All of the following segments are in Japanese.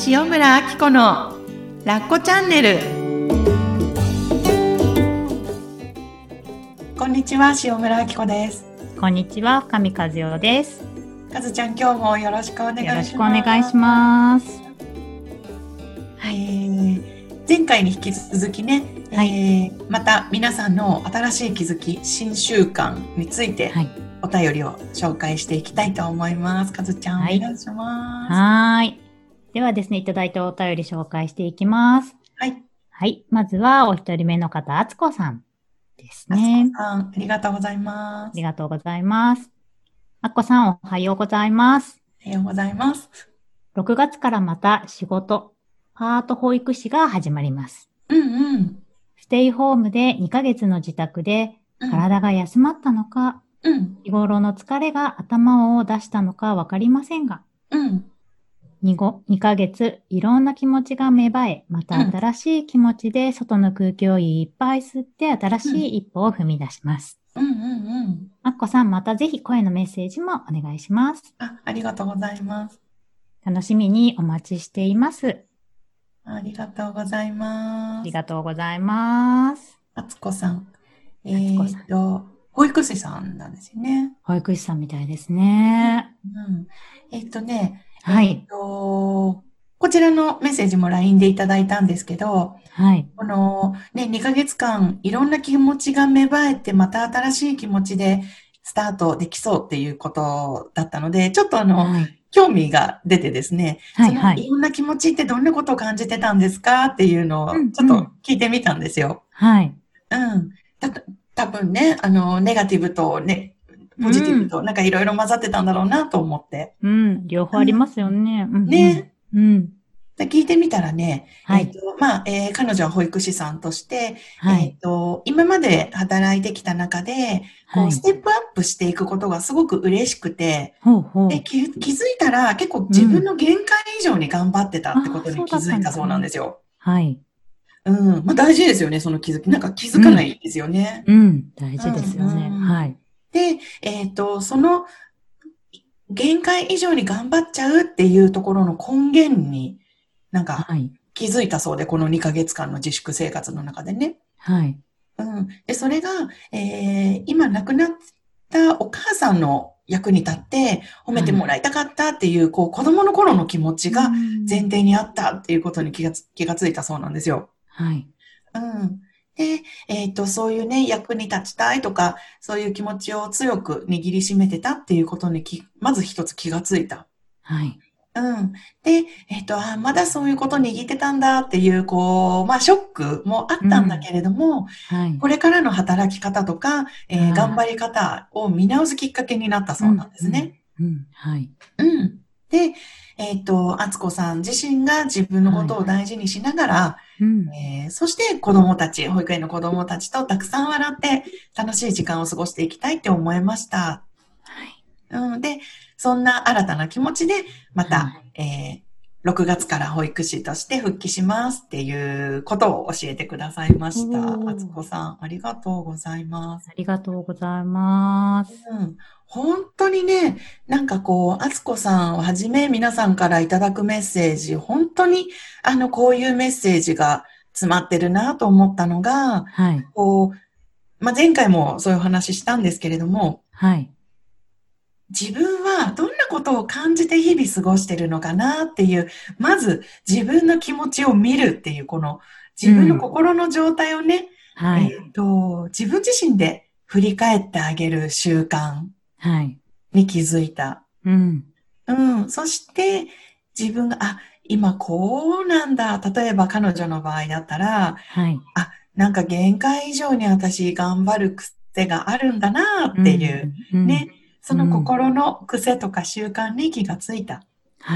塩村あき子のラッコチャンネル。こんにちは、塩村あき子です。 こんにちは、深見和代です。 かずちゃん、今日もよろしくお願いします。 よろしくお願いします。 はい、前回に引き続きね、 はい、 また皆さんの新しい気づき、新習慣についてお便りを紹介していきたいと思います。かずちゃん、お願いします。 はい。ではですね、いただいたお便り紹介していきます。 はい。 はい。まずはお一人目の方、あつこさんですあつね。 こさん、ありがとうございます。 ありがとうございます。あっこさん、おはようございます。 おはようございます。 6月からまた仕事、パート保育士が始まります。ステイホームで2ヶ月の自宅で体が休まったのか、日頃の疲れが頭を出したのかわかりませんが、2ヶ月いろんな気持ちが芽生え、また新しい気持ちで外の空気をいっぱい吸って新しい一歩を踏み出します。あっこさん、またぜひ声のメッセージもお願いします。 ありがとうございます。 楽しみにお待ちしています。 ありがとうございます。 ありがとうございます。 あつこさん。保育士さんなんですよね。 保育士さんみたいですね。 はい。こちらのメッセージも LINE でいただいたんですけど、 はい。 このね、2ヶ月間いろんな気持ちが芽生えて、また新しい気持ちでスタートできそうっていうことだったので、ちょっと興味が出てですね、そのいろんな気持ちってどんなことを感じてたんですかっていうのをちょっと聞いてみたんですよ。 はい。 多分ね、ネガティブとね、ポジティブとなんかいろいろ混ざってたんだろうなと思って。 両方ありますよね。 ね。聞いてみたらね、彼女は保育士さんとして、今まで働いてきた中で、ステップアップしていくことがすごく嬉しくて、で気づいたら結構自分の限界以上に頑張ってたってことに気づいたそうなんですよ。 はい。 大事ですよね、その気づき。なんか気づかないですよね。 大事ですよね。はい。 で、その限界以上に頑張っちゃうっていうところの根源になんか気づいたそうで、この2ヶ月間の自粛生活の中でね。 はい。 で、それが、今亡くなったお母さんの役に立って褒めてもらいたかったっていう、子供の頃の気持ちが前提にあったっていうことに気がついたそうなんですよ。 はい。 で、そういうね、役に立ちたいとか、そういう気持ちを強く握りしめてたっていうことにまず一つ気がついた。 はい。 で、まだそういうこと握ってたんだっていう、ショックもあったんだけれども、これからの働き方とか、頑張り方を見直すきっかけになったそうなんですね。 はい。 で、あつこさん自身が自分のことを大事にしながら、そして保育園の子供たちとたくさん笑って楽しい時間を過ごしていきたいって思いました。で、そんな新たな気持ちで、また、6月から保育士として復帰しますっていうことを教えてくださいました。あつこさん、ありがとうございます。 ありがとうございます。 本当にね、なんかあつこさんをはじめ皆さんからいただくメッセージ、本当にこういうメッセージが詰まってるなと思ったのが、前回もそういう話したんですけれども、自分はどんなことを感じて日々過ごしてるのかなっていう、まず自分の気持ちを見るっていう、この自分の心の状態をね、自分自身で振り返ってあげる習慣に気づいた。そして自分が、今こうなんだ。例えば彼女の場合だったら、なんか限界以上に私頑張る癖があるんだなっていうね。その心の癖とか習慣に気がついた。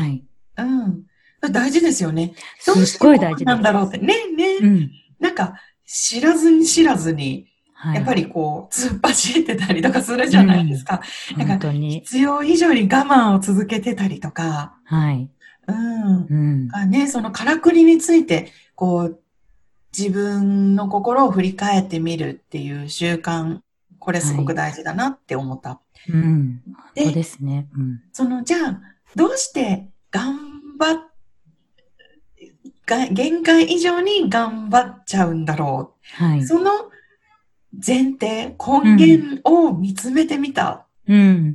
大事ですよね。どうしてこうなんだろうって。なんか、知らずに、やっぱり突っ走ってたりとかするじゃないですか。なんか、必要以上に我慢を続けてたりとか。そのからくりについて、自分の心を振り返ってみるっていう習慣、これすごく大事だなって思った。 本当ですね。 じゃあ、どうして頑張限界以上に頑張っちゃうんだろう。はい、その前提、根源を見つめてみた。うん、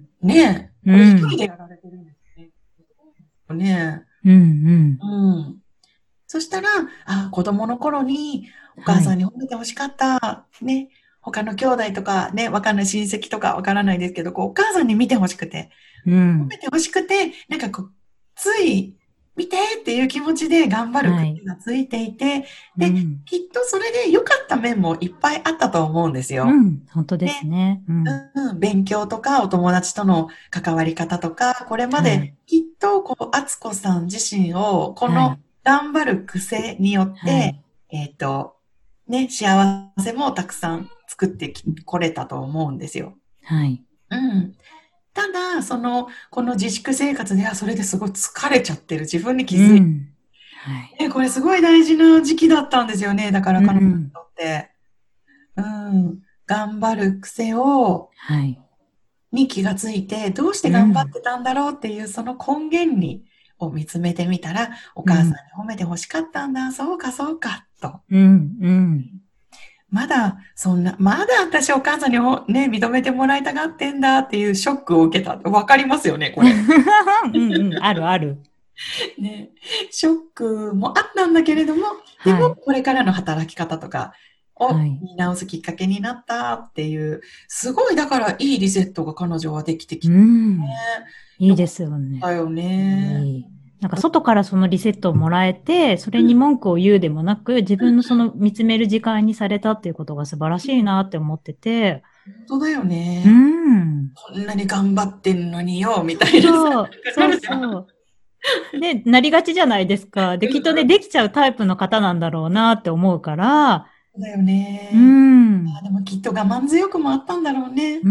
ねえ。これ一人でやられてるんですね。ねえ。うんうん。そしたら、子供の頃にお母さんに褒めてほしかった。はい、ね。他の兄弟とかね、わかんない親戚とかわからないですけど、お母さんに見てほしくて、褒めてほしくて、なんかつい、見てっていう気持ちで頑張る癖がついていて、はい、で、きっとそれで良かった面もいっぱいあったと思うんですよ。 本当ですね。 勉強とかお友達との関わり方とか、これまできっと敦子さん自身を、この頑張る癖によって、ね、幸せもたくさん作ってこれたと思うんですよ。はい。ただ、この自粛生活ではそれですごい疲れちゃってる自分に気づいて、はい、これすごい大事な時期だったんですよね。だから彼女にとって。頑張る癖を、に気がついて、どうして頑張ってたんだろうっていうその根源を見つめてみたら、お母さんに褒めて欲しかったんだ、そうかそうか、と。まだ私お母さんにね、認めてもらいたがってんだっていうショックを受けた。わかりますよね、これ。 あるある。 ね、ショックもあったんだけれども、でもこれからの働き方とかを見直すきっかけになったっていう、すごいだからいいリセットが彼女はできてきて、 いいですよね。 だよね。 なんか外からそのリセットをもらえて、それに文句を言うでもなく、自分のその見つめる時間にされたっていうことが素晴らしいなって思ってて。 本当だよね。こんなに頑張ってんのによ、みたいな。 そう。で、なりがちじゃないですか。で、きっとね、できちゃうタイプの方なんだろうなって思うから。 そうだよね。でもきっと我慢強くもあったんだろうね。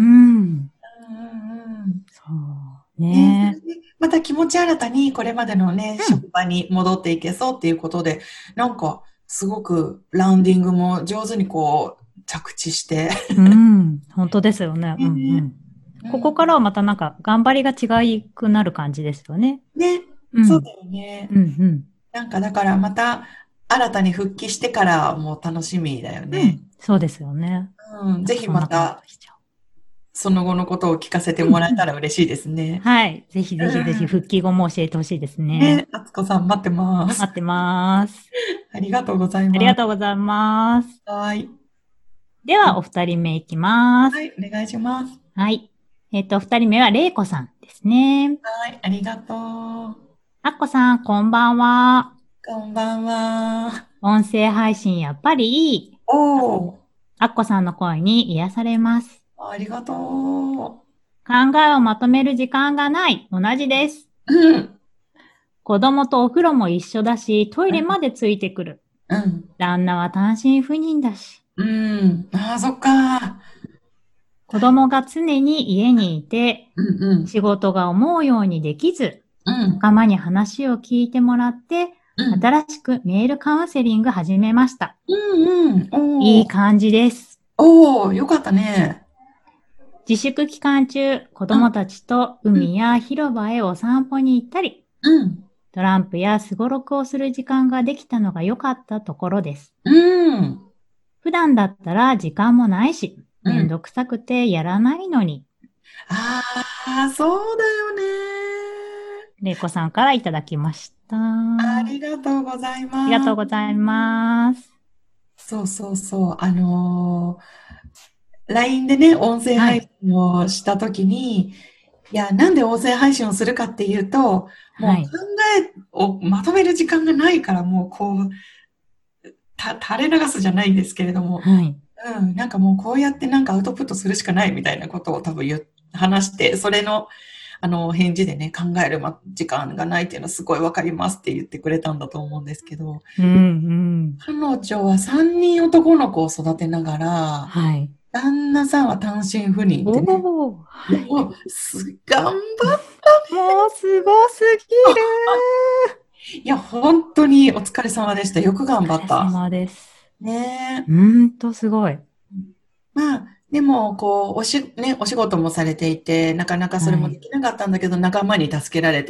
そうね。また気持ち新たにこれまでのね、職場に戻っていけそうっていうことで、なんかすごくラウンディングも上手に着地して。 本当ですよね。ここからはまたなんか頑張りが違くなる感じですよね。 ね。そうだよね。なんかだからまた新たに復帰してからも楽しみだよね。 そうですよね。 ぜひまたその後のことを聞かせてもらえたら嬉しいですね。 はい。ぜひ復帰後も教えてほしいですね。 敦子さん待ってます。 待ってます。 ありがとうございます。 ありがとうございます。 はい。 では、お二人目いきます。 はい、お願いします。 はい。二人目は、れいこさんですね。 はい、ありがとう。 あっこさん、こんばんは。 こんばんは。 音声配信やっぱりいい。あっこさんの声に癒されます。 ありがとう。 考えをまとめる時間がない。同じです。子供とお風呂も一緒だし、トイレまでついてくる。旦那は単身赴任だし。 そっか。 子供が常に家にいて、仕事が思うようにできず、仲間に話を聞いてもらって、新しくメールカウンセリング始めました。いい感じです。 よかったね。 自粛期間中、子供たちと海や広場へお散歩に行ったり、トランプやスゴロクをする時間ができたのが良かったところです。普段だったら時間もないし、めんどくさくてやらないのに。 そうだよね。 れいこさんからいただきました。 ありがとうございます。 ありがとうございます。 そう。LINE でね、音声配信をしたときに、なんで音声配信をするかっていうと、もう考えをまとめる時間がないから、もう垂れ流すじゃないんですけれども、なんかもうこうやってなんかアウトプットするしかないみたいなことを多分話して、それの返事でね、考える時間がないっていうのはすごいわかりますって言ってくれたんだと思うんですけど、彼女は3人男の子を育てながら、旦那さんは単身赴任ってね、頑張ったね。 もうすごすぎる。いや、本当にお疲れ様でした。よく頑張った。 お疲れ様です。 ねすごい。 でも、お仕事もされていて、なかなかそれもできなかったんだけど、仲間に助けられて、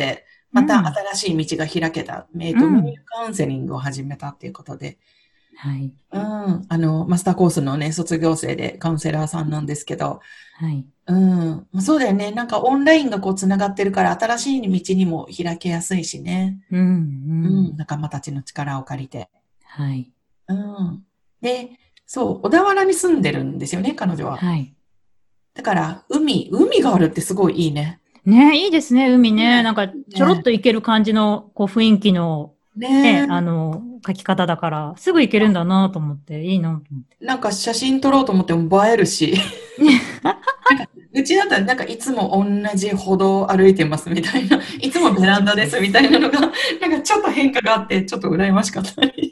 また新しい道が開けた。メイルカウンセリングを始めたっていうことで。 はい。 マスターコースのね、卒業生でカウンセラーさんなんですけど。 はい。 そうだよね。なんかオンラインがこう繋がってるから新しい道にも開けやすいしね。仲間たちの力を借りて。 はい。 で、そう、小田原に住んでるんですよね、彼女は。 はい。 だから、海があるってすごいいいね。 ね、いいですね、海ね。なんか、ちょろっと行ける感じの、こう、雰囲気の、ね、書き方だから、すぐ行けるんだなと思って、いいなと思って。 なんか写真撮ろうと思っても映えるし。うちだったらなんかいつも同じ歩道を歩いてますみたいな、いつもベランダですみたいなのが、なんかちょっと変化があって、ちょっと羨ましかったり。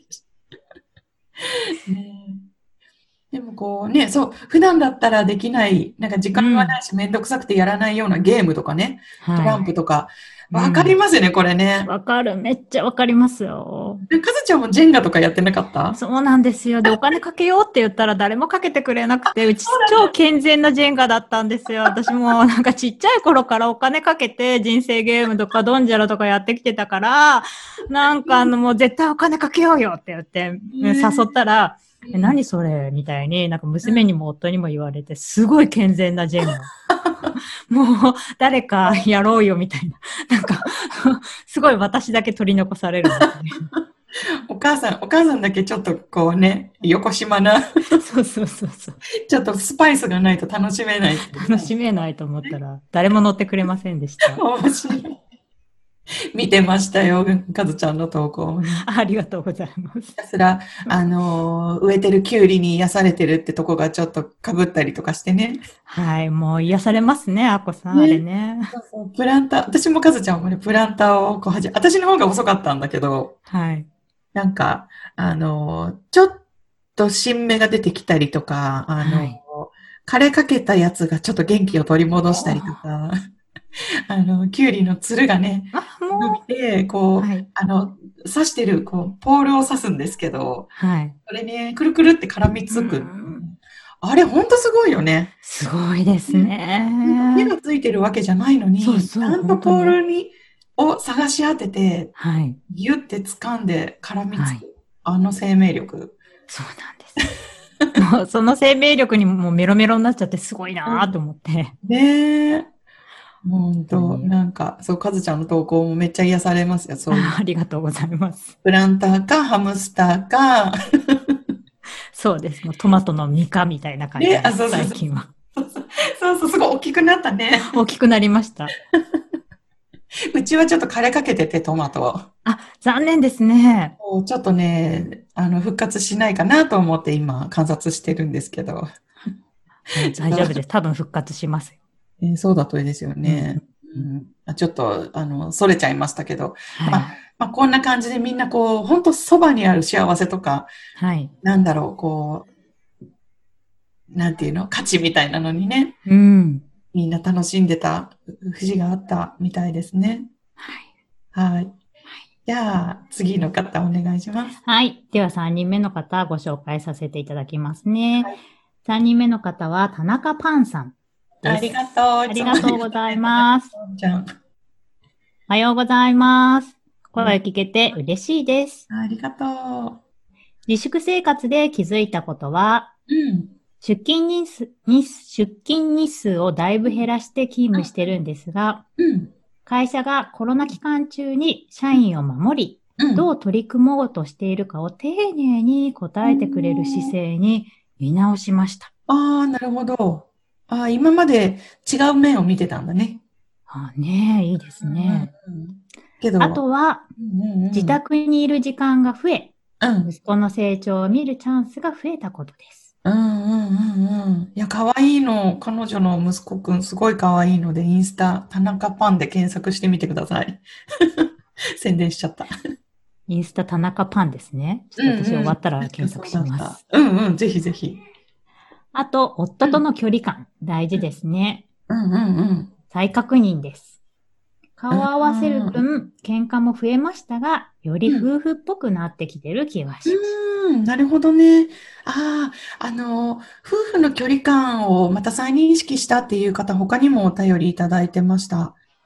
でもこうね、そう、普段だったらできない、なんか時間がないし、めんどくさくてやらないようなゲームとかね、トランプとか、わかりますよね、これね。 わかる。めっちゃわかりますよ。 かずちゃんもジェンガとかやってなかった？ そうなんですよ。で、お金かけようって言ったら誰もかけてくれなくて、うち超健全なジェンガだったんですよ。私もなんかちっちゃい頃からお金かけて人生ゲームとかドンジャラとかやってきてたから、なんかもう絶対お金かけようよって言って誘ったら、何それみたいに、なんか娘にも夫にも言われて、すごい健全なジェンガ。もう、誰かやろうよみたいな。なんか、すごい私だけ取り残されるんですね。 お母さんだけちょっとこうね、横島な。 そう。 ちょっとスパイスがないと楽しめない。 楽しめないと思ったら、誰も乗ってくれませんでした。 面白い。見てましたよ、かずちゃんの投稿。 ありがとうございます。ひたすら、植えてるキュウリに癒されてるってとこがちょっと被ったりとかしてね。 はい、もう癒されますね、あこさん、あれね。 そう、プランター、私もかずちゃんもね、プランターをこう私の方が遅かったんだけど、 はい。 なんか、ちょっと新芽が出てきたりとか、枯れかけたやつがちょっと元気を取り戻したりとか、キュウリのつるがね、伸びて、こう、刺してる、こう、ポールを刺すんですけど、 はい。 それね、くるくるって絡みつく。あれ、ほんとすごいよね。 すごいですね。 手がついてるわけじゃないのに、ちゃんとポールを探し当てて、 はい。 ギュって掴んで絡みつく。あの生命力。 そうなんです。もうその生命力にもうメロメロになっちゃってすごいなと思って。 ねえ。本当なんか、そう、かずちゃんの投稿もめっちゃ癒されますよ、そういう。 ありがとうございます。 プランターか、ハムスターか。 そうです。もうトマトの実かみたいな感じです、最近は。 そう、すごい大きくなったね。 大きくなりました。 うちはちょっと枯れかけてて、トマト。 あ、残念ですね。 ちょっとね、復活しないかなと思って今観察してるんですけど。 大丈夫です。多分復活します。 そうだといいですよね。ちょっと、それちゃいましたけど。こんな感じでみんなこう、本当そばにある幸せとか、なんだろう、こう、なんていうの、価値みたいなのにね。みんな楽しんでた節があったみたいですね。はい。じゃあ、次の方お願いします。 はい。では3人目の方ご紹介させていただきますね。3人目の方は田中パンさんです。 ありがとう。 ありがとうございます。おはようございます。声を聞けて嬉しいです。 ありがとう。 自粛生活で気づいたことは、出勤日数をだいぶ減らして勤務してるんですが、会社がコロナ期間中に社員を守り、どう取り組もうとしているかを丁寧に答えてくれる姿勢に見直しました。 なるほど。今まで違う面を見てたんだね。 ねえ、いいですね。あとは、自宅にいる時間が増え、息子の成長を見るチャンスが増えたことです。 いや、可愛いの。彼女の息子くん、すごい可愛いので、インスタ、田中パンで検索してみてください。宣伝しちゃった。 インスタ田中パンですね。ちょっと私終わったら検索します。 ぜひぜひ。 あと、夫との距離感、大事ですね。再確認です。顔を合わせる分、喧嘩も増えましたが、より夫婦っぽくなってきてる気がします。 なるほどね。夫婦の距離感をまた再認識したっていう方、他にもお便りいただいてました。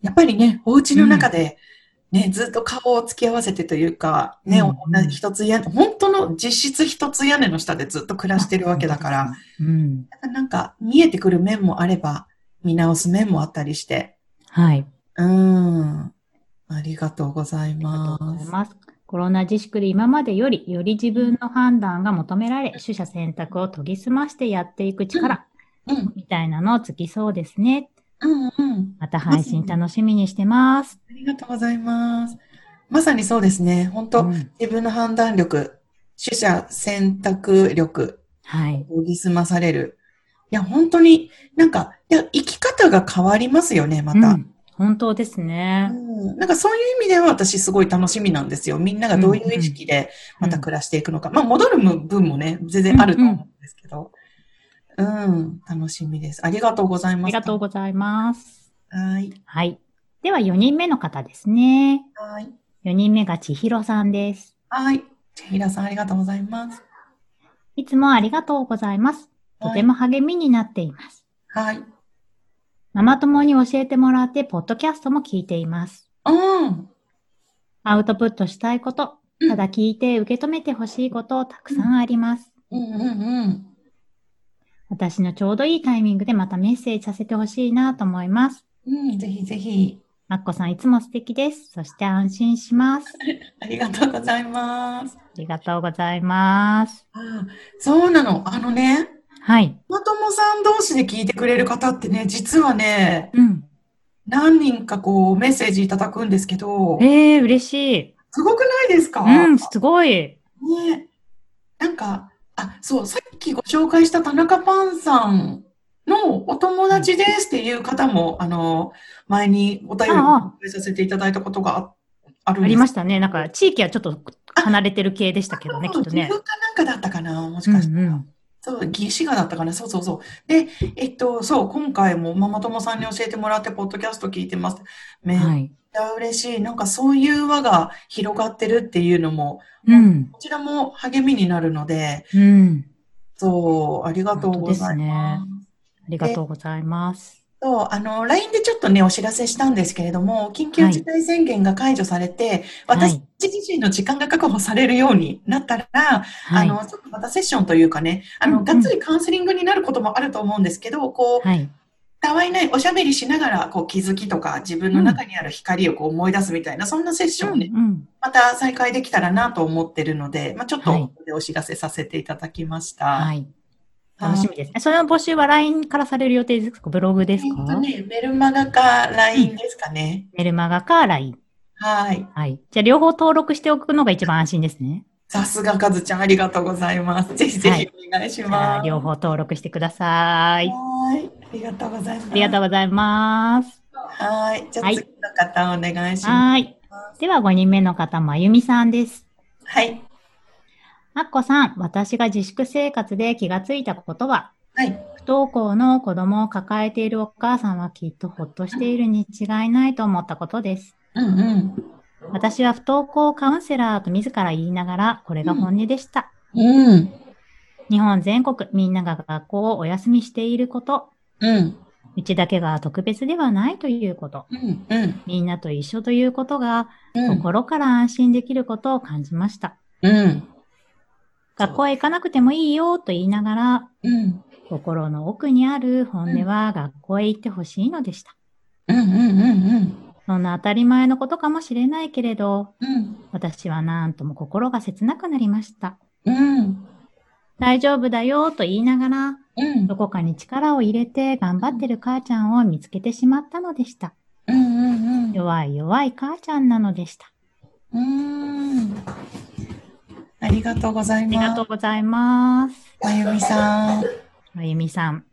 やっぱりね、お家の中で、ね、ずっと顔を突き合わせてというか、ね、一つ本当の実質一つ屋根の下でずっと暮らしてるわけだから、なんか見えてくる面もあれば、見直す面もあったりして。 はい。 ありがとうございます。ありがとうございます。コロナ自粛で今までより自分の判断が求められ、取捨選択を研ぎ澄ましてやっていく力、みたいなのをつきそうですね。また配信楽しみにしてます。 ありがとうございます。まさにそうですね。本当、自分の判断力、取捨選択力、研ぎ澄まされる。いや、本当になんか、生き方が変わりますよね、また。 本当ですね。 なんかそういう意味では私すごい楽しみなんですよ。みんながどういう意識でまた暮らしていくのか。まあ戻る分もね、全然あると思うんですけど。楽しみです。ありがとうございます。 ありがとうございます。 はい。 はい。では4人目の方ですね。 はい。 4人目が千尋さんです。 はい。千尋さんありがとうございます。 いつもありがとうございます。とても励みになっています。 はい。 ママ友に教えてもらって、ポッドキャストも聞いています。アウトプットしたいこと、ただ聞いて受け止めてほしいことたくさんあります。私のちょうどいいタイミングでまたメッセージさせてほしいなと思います。 ぜひぜひ。 まっこさんいつも素敵です。そして安心します。 ありがとうございます。 ありがとうございます。 そうなの。 はい。 ママ友さん同士で聞いてくれる方ってね、実はね、何人かこうメッセージいただくんですけど。 嬉しい。 すごくないですか？ すごい。 ね。なんか、そう、さっきご紹介した田中パンさんのお友達ですっていう方も、前にお便りを紹介させていただいたことがあるんです。 ありましたね。なんか、地域はちょっと離れてる系でしたけどね、きっとね。 岐阜かなんかだったかな、もしかしたら。そう、滋賀だったかな。そうそうそう。で、そう、今回もママ友さんに教えてもらって、ポッドキャスト聞いてます。めっちゃ嬉しい。なんかそういう輪が広がってるっていうのも、こちらも励みになるので、そう、ありがとうございます。 ありがとうございます。 そう、LINE でちょっとね、お知らせしたんですけれども、緊急事態宣言が解除されて、私自身の時間が確保されるようになったら、ちょっとまたセッションというかね、がっつりカウンセリングになることもあると思うんですけど、こう、たわいないおしゃべりしながら、こう、気づきとか、自分の中にある光をこう思い出すみたいな、そんなセッションをね、また再開できたらなと思ってるので、ちょっとお知らせさせていただきました。 楽しみですね。その募集は LINE からされる予定ですか？ブログですか？ メルマガか LINE ですかね。 メルマガか LINE。 はい。 じゃあ両方登録しておくのが一番安心ですね。 さすがかずちゃん、ありがとうございます。ぜひぜひお願いします。 両方登録してください。 はい。ありがとうございます。 ありがとうございます。 はい。じゃあ次の方お願いします。 はい。では5人目の方、まゆみさんです。 はい。 あっこさん、私が自粛生活で気がついたことは、不登校の子供を抱えているお母さんはきっとほっとしているに違いないと思ったことです。私は不登校カウンセラーと自ら言いながら、これが本音でした。日本全国みんなが学校をお休みしていること、うちだけが特別ではないということ、みんなと一緒ということが、心から安心できることを感じました。学校へ行かなくてもいいよと言いながら、心の奥にある本音は学校へ行ってほしいのでした。そんな当たり前のことかもしれないけれど、私はなんとも心が切なくなりました。大丈夫だよと言いながら、どこかに力を入れて頑張ってる母ちゃんを見つけてしまったのでした。弱い弱い母ちゃんなのでした。 ありがとうございます。 ありがとうございます。 まゆみさん。 まゆみさん。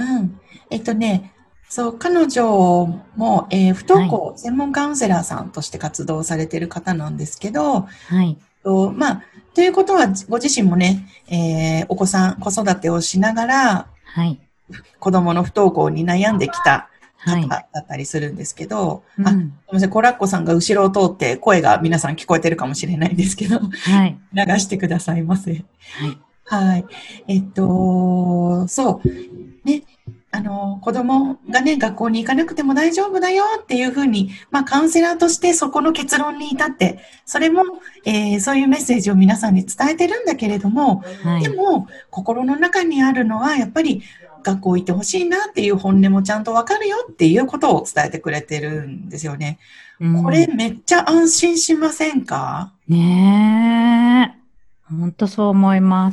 そう、彼女も、不登校専門カウンセラーさんとして活動されている方なんですけど、ということは、ご自身もね、お子さん、子育てをしながら、子供の不登校に悩んできた方だったりするんですけど、すみません、コラッコさんが後ろを通って声が皆さん聞こえてるかもしれないんですけど、流してくださいませ。そう。ね。 子供がね、学校に行かなくても大丈夫だよっていうふうに、カウンセラーとしてそこの結論に至って、それも、そういうメッセージを皆さんに伝えてるんだけれども、でも、心の中にあるのは、やっぱり学校行ってほしいなっていう本音もちゃんとわかるよっていうことを伝えてくれてるんですよね。これめっちゃ安心しませんか？ ねえ。ほんとそう思います。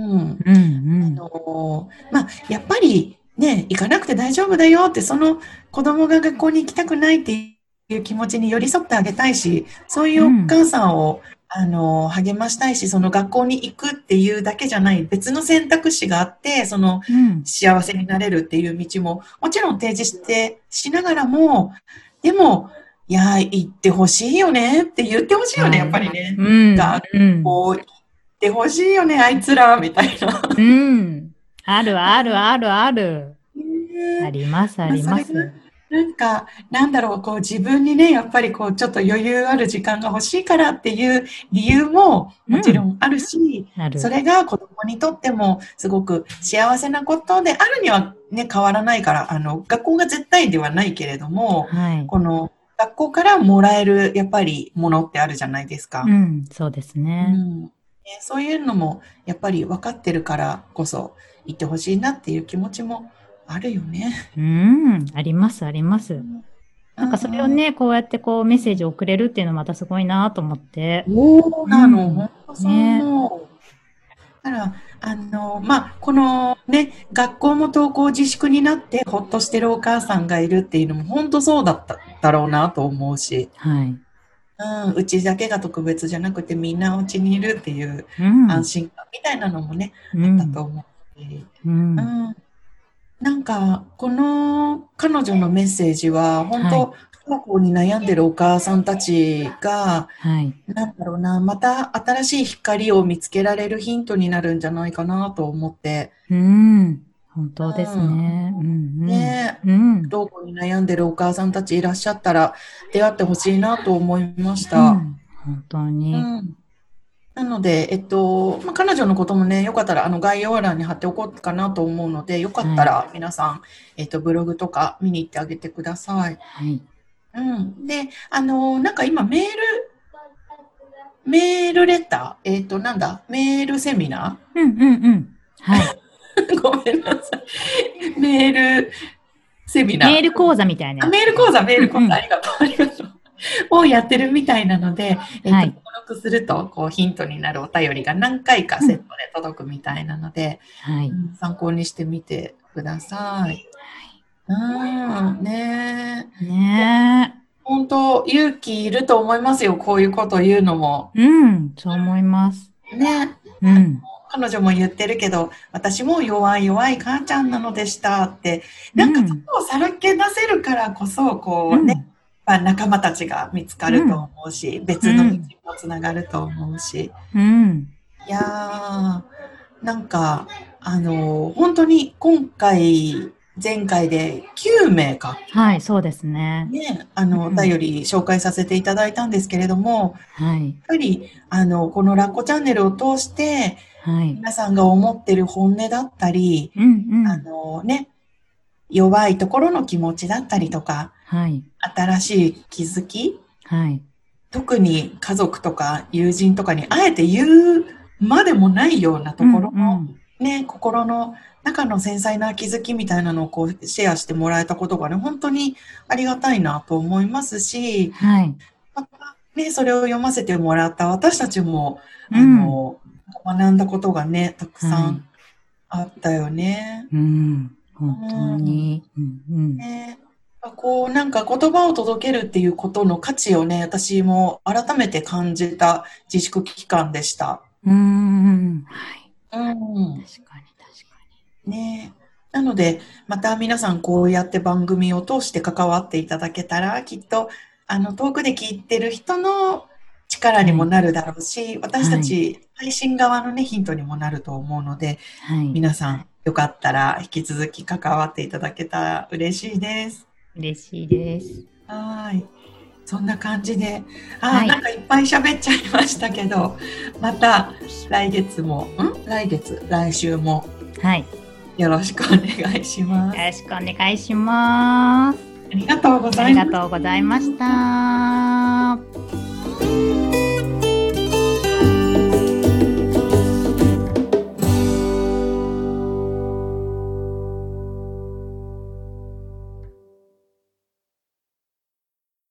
やっぱりね、行かなくて大丈夫だよって、その子供が学校に行きたくないっていう気持ちに寄り添ってあげたいし、そういうお母さんを、励ましたいし、その学校に行くっていうだけじゃない別の選択肢があって、その幸せになれるっていう道も、もちろん提示しながらも、でも、いや、行ってほしいよねって言ってほしいよね、やっぱりね。学校行ってほしいよね、あいつら、みたいな。 あるあるあるある。ありますあります。 自分にね、やっぱりちょっと余裕ある時間が欲しいからっていう理由ももちろんあるし、それが子供にとってもすごく幸せなことであるにはね、変わらないから、学校が絶対ではないけれども、この学校からもらえる、やっぱりものってあるじゃないですか。 そうですね。 そういうのも、やっぱり分かってるからこそ、行ってほしいなっていう気持ちもあるよね。 あります、あります。なんかそれをね、こうやってメッセージを送れるっていうのまたすごいなと思って。 そうなの、本当そう思う。だから、このね、学校も登校自粛になってほっとしてるお母さんがいるっていうのも本当そうだっただろうなと思うし。うちだけが特別じゃなくてみんなお家にいるっていう安心感みたいなのもね、あったと思うし。なんか、この彼女のメッセージは、本当、不登校に悩んでるお母さんたちが、また新しい光を見つけられるヒントになるんじゃないかなと思って。 本当ですね。 不登校に悩んでるお母さんたちいらっしゃったら、出会ってほしいなと思いました。 本当に。 なので、彼女のこともね、よかったら、概要欄に貼っておこうかなと思うので、よかったら、皆さん、ブログとか見に行ってあげてください。で、なんか今、メールレターメールセミナーごめんなさい。メールセミナー。 メール講座みたいな。 メール講座、ありがとう。をやってるみたいなので、登録するとヒントになるお便りが何回かセットで届くみたいなので、参考にしてみてください。本当勇気いると思いますよ、こういうこと言うのも。 そう思います。 彼女も言ってるけど、私も弱い母ちゃんなのでしたって、なんかそこをさらけ出せるからこそ、仲間たちが見つかると思うし、別の道もつながると思うし。いやー、なんか、本当に今回、前回で9名か。 そうですね。 お便り紹介させていただいたんですけれども、やっぱり、このラッコチャンネルを通して、皆さんが思ってる本音だったり、弱いところの気持ちだったりとか、新しい気づき、特に家族とか友人とかにあえて言うまでもないようなところの、心の中の繊細な気づきみたいなのをシェアしてもらえたことがね、本当にありがたいなと思いますし、またね、それを読ませてもらった私たちも、学んだことがね、たくさんあったよね。 本当に。 なんか言葉を届けるっていうことの価値をね、私も改めて感じた自粛期間でした。確かに。 ね。なので、また皆さんこうやって番組を通して関わっていただけたら、きっと、遠くで聞いてる人の力にもなるだろうし、私たち配信側のね、ヒントにもなると思うので、皆さんよかったら引き続き関わっていただけたら嬉しいです。 嬉しいです。 そんな感じで、なんかいっぱい喋っちゃいましたけど、また来週も、 よろしくお願いします。 よろしくお願いします。 ありがとうございました。 ありがとうございました。